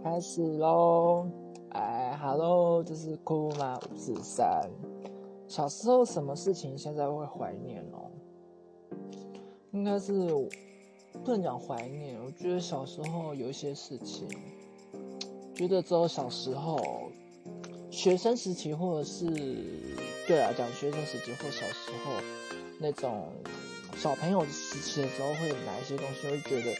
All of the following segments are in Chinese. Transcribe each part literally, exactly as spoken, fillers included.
开始喽！哎，Hello，这是库马五四三。小时候什么事情现在会怀念哦？应该是不能讲怀念，我觉得小时候有一些事情，觉得只有小时候、学生时期，或者是对啊，讲学生时期或小时候那种小朋友时期的时候，会哪一些东西会觉得。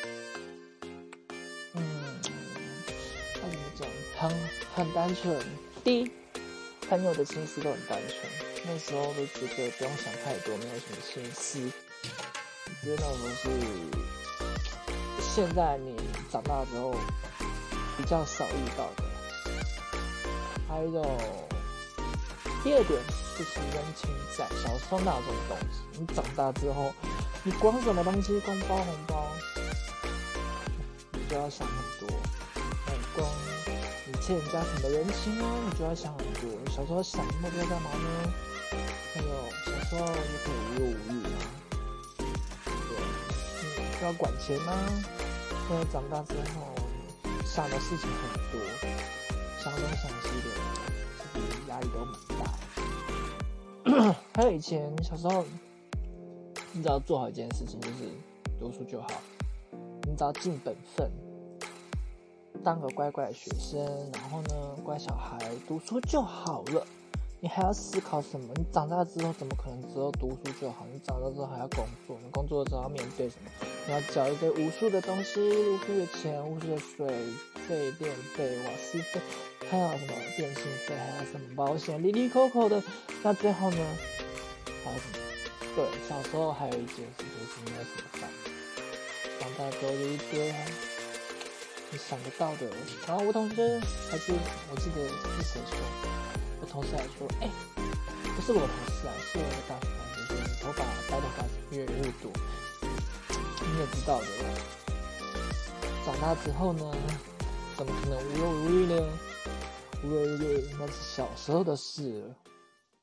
很很单纯，第一，朋友的心思都很单纯，那时候都觉得不用想太多，没有什么心思。我觉得那种是现在你长大之后比较少遇到的。还有第二点就是人情债，小时候哪有这种东西？你长大之后，你光什么东西，光包红包，你就要想很多，光。你欠人家什么人情啊？你就要想很多。小时候想那么多干嘛呢？还有小时候就可以无忧无虑啊，对，嗯，不要管钱啊。现在长大之后，想的事情很多，想东想西的，其实压力都蛮大的。还有以前小时候，你只要做好一件事情，就是读书就好，你只要尽本分。当个乖乖的学生，然后呢，乖小孩，读书就好了。你还要思考什么？你长大之后怎么可能只有读书就好？你长大之后还要工作，你工作之后要面对什么？你要缴一堆无数的东西，无数的钱，无数的水费、电费、瓦斯费，还有什么电信费，还有什么保险，里里扣扣的。那最后呢，还有什么？对，小时候还有一件事就是没有什么烦，长大之后就一堆啊。你想得到的，然后我同学还是我记得是谁说，我同事还说，哎、欸，不是我同事啊，是我的大学同学说，你头发白头发越来越多，你也知道的，长大之后呢，怎么可能无忧无虑呢？无忧无虑那是小时候的事了。